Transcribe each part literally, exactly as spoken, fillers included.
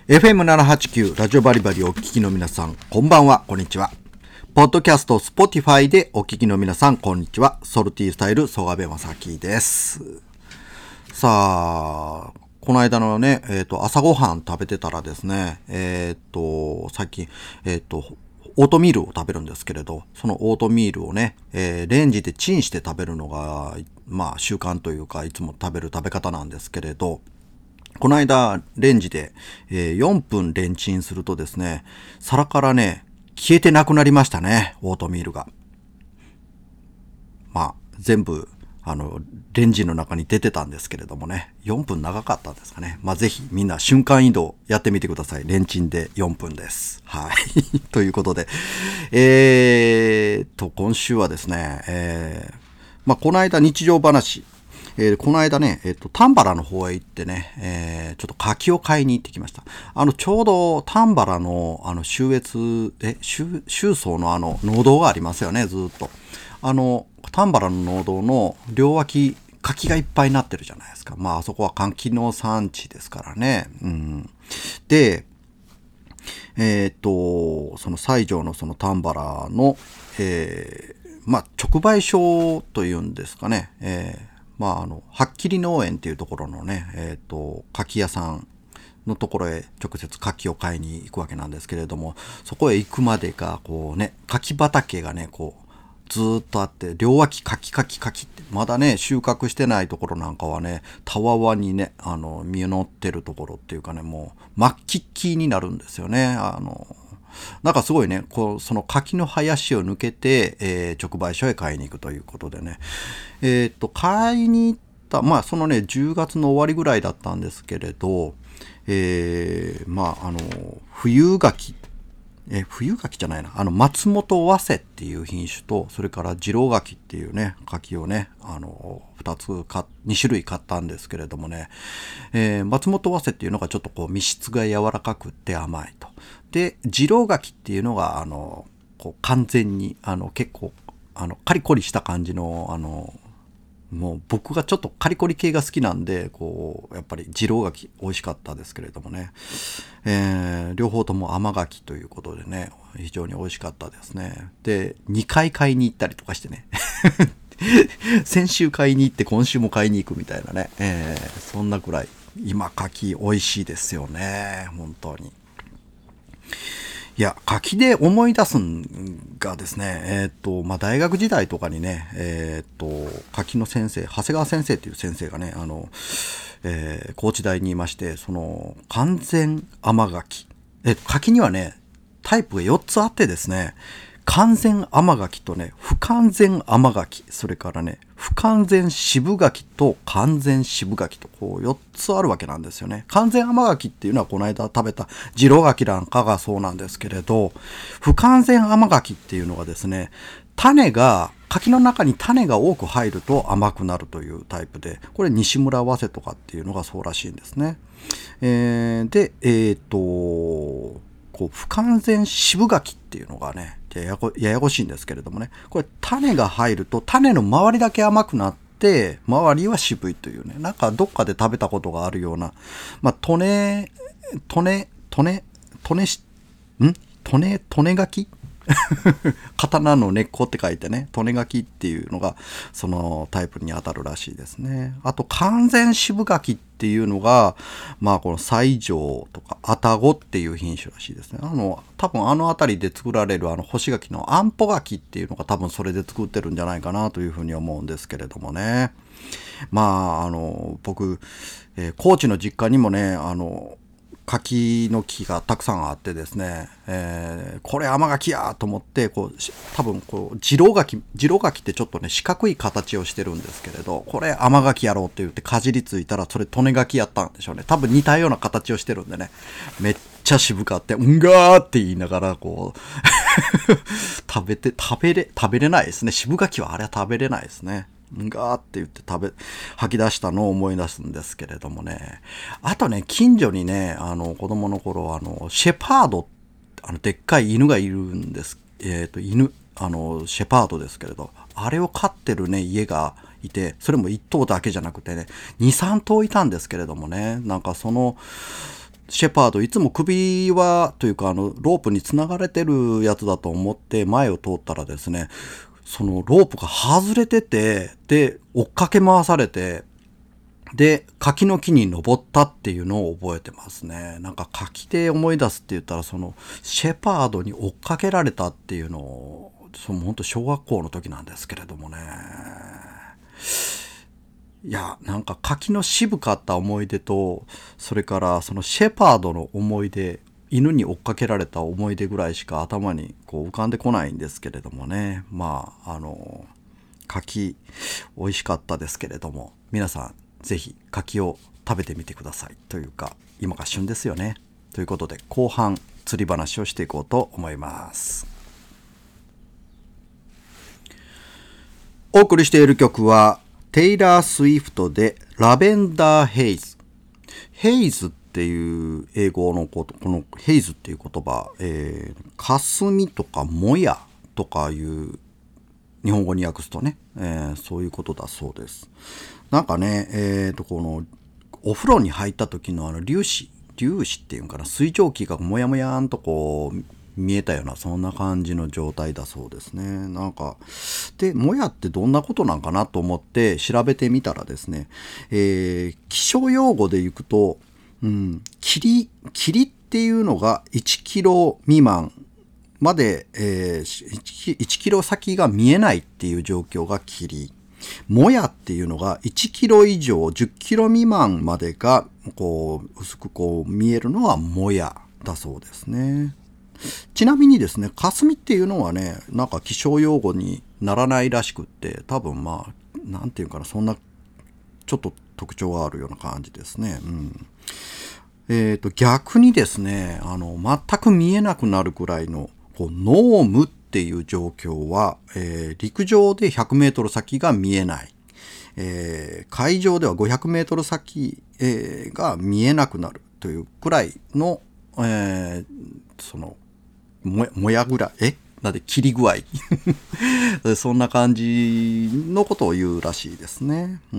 エフエムななひゃくはちじゅうきゅう ラジオバリバリお聞きの皆さん、こんばんは、こんにちは。ポッドキャスト、Spotify でお聞きの皆さん、こんにちは。ソルティースタイル、曽我部正樹です。さあ、この間のね、えっと、朝ごはん食べてたらですね、えっと、最近、えっと、オートミールを食べるんですけれど、そのオートミールをね、えー、レンジでチンして食べるのが、まあ習慣というか、いつも食べる食べ方なんですけれど、この間、レンジで、えー、よんぷんレンチンするとですね、皿からね、消えてなくなりましたね、オートミールが。まあ、全部、あの、レンジの中に出てたんですけれどもね、よんぷん長かったんですかね。まあ、ぜひみんな瞬間移動やってみてください。レンチンでよんぷんです。はい。ということで、えーと、今週はですね、えー、まあ、この間日常話、えー、この間ね、えっと、丹原の方へ行ってね、えー、ちょっと柿を買いに行ってきました。あの、ちょうど丹原の、あの、周越、え、周、周荘のあの、農道がありますよね、ずーっと。あの、丹原の農道の両脇、柿がいっぱいになってるじゃないですか。まあ、あそこは柿の産地ですからね。うん。で、えっと、その西条のその丹原の、えー、まあ、直売所というんですかね。えーまあ、あの、はっきり農園っていうところのね、えっと、柿屋さんのところへ直接柿を買いに行くわけなんですけれども、そこへ行くまでが、こうね、柿畑がね、こう、ずーっとあって、両脇柿柿柿って、まだね、収穫してないところなんかはね、たわわにね、あの、実ってるところっていうかね、もう、末期っきになるんですよね。あの、なんかすごいね、こう、その柿の林を抜けて、えー直売所へ買いに行くということでね。えーっと、買いに行った、まあ、そのね、じゅうがつの終わりぐらいだったんですけれど、えーまあ、あの、冬柿、え、冬柿じゃないな、あの、松本早生っていう品種と、それから次郎柿っていうね、柿をね、あの、二つか、二種類買ったんですけれどもね、えー松本早生っていうのがちょっとこう、密質が柔らかくって甘いと。で、次郎柿っていうのが、あの、こう、完全に、あの、結構、あの、カリコリした感じの、あの、もう僕がちょっとカリコリ系が好きなんで、こう、やっぱり次郎柿美味しかったですけれどもね。えー両方とも甘柿ということでね、非常に美味しかったですね。で、にかい買いに行ったりとかしてね。先週買いに行って今週も買いに行くみたいなね。えーそんなくらい、今柿美味しいですよね。本当に。いや、柿で思い出すんがですね、えーっと、まあ、大学時代とかにね、えーっと、柿の先生、長谷川先生っていう先生がね、あの、えー高知大にいまして、その、完全甘柿。え、柿にはね、タイプがよっつあってですね、完全甘柿とね、不完全甘柿、それからね、不完全渋柿と完全渋柿とこうよっつあるわけなんですよね。完全甘柿っていうのはこの間食べた次郎柿なんかがそうなんですけれど、不完全甘柿っていうのがですね、種が、柿の中に種が多く入ると甘くなるというタイプで、これ西村早生とかっていうのがそうらしいんですね。えーで、えっと、こう不完全渋柿っていうのがね、ややこ、ややこしいんですけれどもね、これ種が入ると種の周りだけ甘くなって、周りは渋いというね、なんかどっかで食べたことがあるような、まあ、トネ、トネ、トネ、トネし、んトネ、トネ柿刀の根っこって書いてね、利根柿っていうのがそのタイプに当たるらしいですね。あと完全渋柿っていうのが、まあこの西条とか愛宕っていう品種らしいですね。あの、多分あの辺りで作られるあの干し柿のあんぽ柿っていうのが多分それで作ってるんじゃないかなというふうに思うんですけれどもね。まあ、あの、僕、えー高知の実家にもね、あの、柿の木がたくさんあってですね、えーこれ甘柿やと思って、こう、し多分こう、次郎柿、次郎柿ってちょっとね、四角い形をしてるんですけれど、これ甘柿やろうって言ってかじりついたら、それ利根柿やったんでしょうね。多分似たような形をしてるんでね、めっちゃ渋かって、うんがーって言いながら、こう、食べて、食べれ、食べれないですね。渋柿はあれは食べれないですね。んがーって言って食べ、吐き出したのを思い出すんですけれどもね。あとね、近所にね、あの、子供の頃、あの、シェパード、あの、でっかい犬がいるんです。えっと、犬、あの、シェパードですけれど、あれを飼ってるね、家がいて、それも一頭だけじゃなくてね、二、三頭いたんですけれどもね、なんかその、 シェパードいつも首輪というかあのロープにつながれてるやつだと思って前を通ったらですね、そのロープが外れてて、で追っかけ回されて、で柿の木に登ったっていうのを覚えてますね。なんか柿で思い出すって言ったら、そのシェパードに追っかけられたっていうのを、その本当小学校の時なんですけれどもね。いや、なんか柿の渋かった思い出と、それからそのシェパードの思い出、犬に追っかけられた思い出ぐらいしか頭にこう浮かんでこないんですけれどもね。まああの柿美味しかったですけれども、皆さんぜひ柿を食べてみてください。というか今が旬ですよね。ということで後半釣り話をしていこうと思います。お送りしている曲はテイラー・スウィフトでラベンダー・ヘイズ。ヘイズっていう英語のこと、このヘイズっていう言葉、えー、霞とかもやとかいう日本語に訳すとね、えー、そういうことだそうです。なんかね、えーとこのお風呂に入った時のあの粒子、粒子っていうかな、水蒸気がもやもやーんとこう見えたような、そんな感じの状態だそうですね。なんかでもやってどんなことなんかなと思って調べてみたらですね、えー、気象用語でいくと、うん、霧霧っていうのがいちキロ未満まで、えー、いちキロ先が見えないっていう状況が霧。もやっていうのがいちキロ以上じゅっキロ未満までがこう薄くこう見えるのはもやだそうですね。ちなみにですね、霞っていうのはね、なんか気象用語にならないらしくって、多分まあなんていうかな、そんなちょっと特徴があるような感じですね。うん。えーと逆にですね、あの全く見えなくなるくらいのこう濃霧っていう状況は、えー、陸上でひゃくメートル先が見えない、えー、海上ではごひゃくメートル先、えー、が見えなくなるというくらいの、えー、そのももやぐらいえなんで切り具合そんな感じのことを言うらしいですね。うん。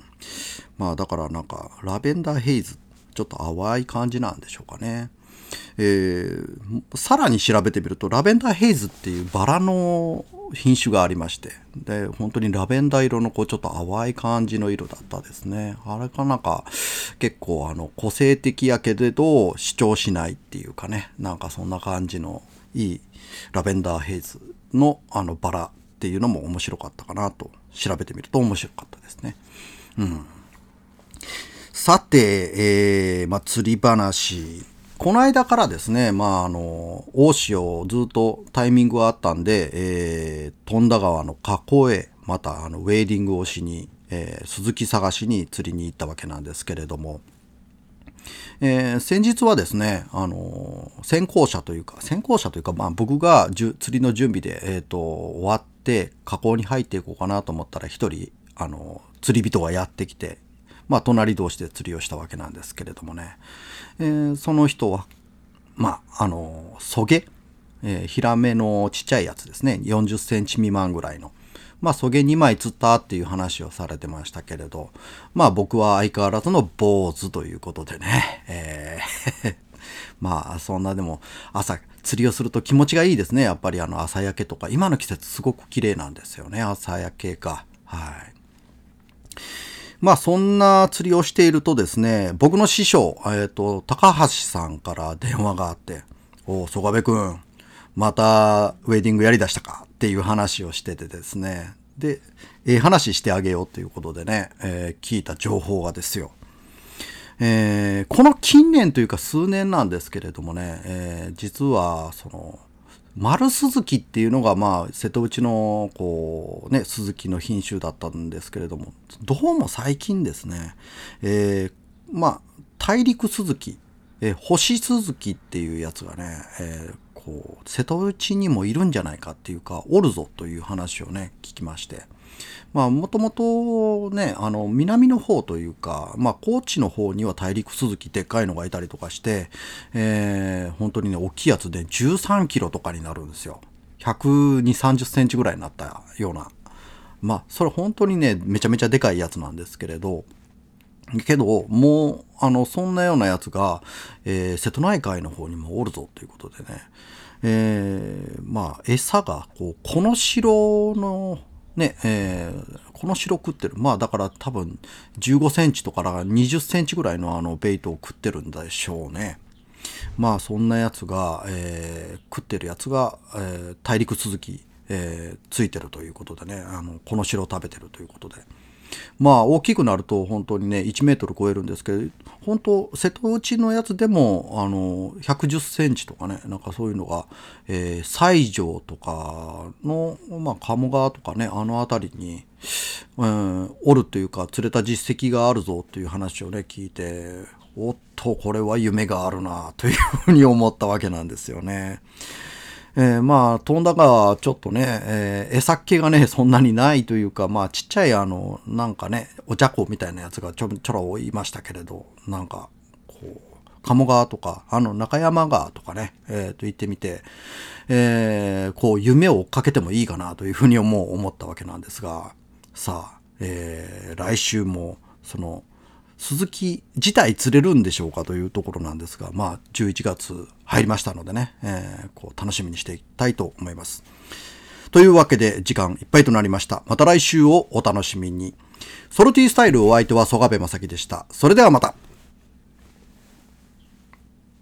まあだからなんかラベンダーヘイズ、ちょっと淡い感じなんでしょうかね。えー、さらに調べてみるとラベンダーヘイズっていうバラの品種がありまして、で本当にラベンダー色のこうちょっと淡い感じの色だったですね。あれかなんか結構あの個性的やけれど主張しないっていうかね、なんかそんな感じのいいラベンダーヘイズのあのバラっていうのも面白かったかなと、調べてみると面白かったですね。うん。さて、えーまあ、釣り話。この間からですね、まあ、あの、大潮ずっとタイミングがあったんで、えー、富田川の河口へ、またあのウェーディングをしに、えー、鈴木探しに釣りに行ったわけなんですけれども、えー、先日はですね、あのー、先行者というか、先行者というか、まあ僕がじゅ釣りの準備で、えっと、終わって、河口に入っていこうかなと思ったら、一人、あのー、釣り人がやってきて、まあ隣同士で釣りをしたわけなんですけれどもね、えー、その人は、まあ、あのー、ソゲ、えー、ヒラメのちっちゃいやつですね、よんじゅっセンチ未満ぐらいの、まあ、そげにまい釣ったっていう話をされてましたけれど、まあ僕は相変わらずの坊主ということでね、えーまあそんなでも朝釣りをすると気持ちがいいですね。やっぱりあの朝焼けとか、今の季節すごく綺麗なんですよね、朝焼けが。はい。まあそんな釣りをしているとですね、僕の師匠、えっと、高橋さんから電話があって、おう、曽我部くん、またウェディングやりだしたかっていう話をしててですね。で、ええ話してあげようということでね、えー、聞いた情報がですよ。えー、この近年というか数年なんですけれどもね、えー、実はその、丸スズキっていうのがまあ瀬戸内のこうねスズキの品種だったんですけれども、どうも最近ですね、えー、まあ大陸スズキ、えー、星スズキっていうやつがね、えー、こう瀬戸内にもいるんじゃないかっていうか、おるぞという話をね聞きまして、まあもともとね、あの南の方というか、まあ高知の方には大陸スズキでっかいのがいたりとかして、えー、本当にね大きいやつでじゅうさんキロとかになるんですよ。ひゃくにじゅう、さんじゅっセンチぐらいになったような、まあそれ本当にねめちゃめちゃでかいやつなんですけれど、 けど、もう、あの、そんなようなやつが、えー瀬戸内海の方にもおるぞということでね、えーまあ、餌が、こう、この白の、ね、えーこの白食ってる。まあ、だから多分、じゅうごセンチとかからにじゅっセンチぐらいのあの、ベイトを食ってるんでしょうね。まあ、そんなやつが、えー食ってるやつが、えー大陸続き、えーついてるということでね、あの、この白を食べてるということで。まあ大きくなると本当にねいちメートル超えるんですけど、本当瀬戸内のやつでもあのひゃくじゅっセンチとかね、なんかそういうのが、えー西条とかの、まあ、鴨川とかね、あの辺りに、うん、おるというか釣れた実績があるぞという話をね聞いて、おっとこれは夢があるなというふうに思ったわけなんですよね。えー、まあ、飛んだがちょっとね、えー、餌っ気がね、そんなにないというか、まあ、ちっちゃいあの、なんかね、お茶子みたいなやつがちょ、ちょろいましたけれど、なんか、こう、鴨川とか、あの、中山川とかね、えー、と行ってみて、えー、こう、夢を追っかけてもいいかなというふうにも思ったわけなんですが、さあ、えー、来週も、その、スズキ自体釣れるんでしょうかというところなんですが、まあ、じゅういちがつ入りましたのでね、えー、こう楽しみにしていきたいと思います。というわけで時間いっぱいとなりました。また来週をお楽しみに。ソルティースタイルお相手は曽我部正樹でした。それではまた。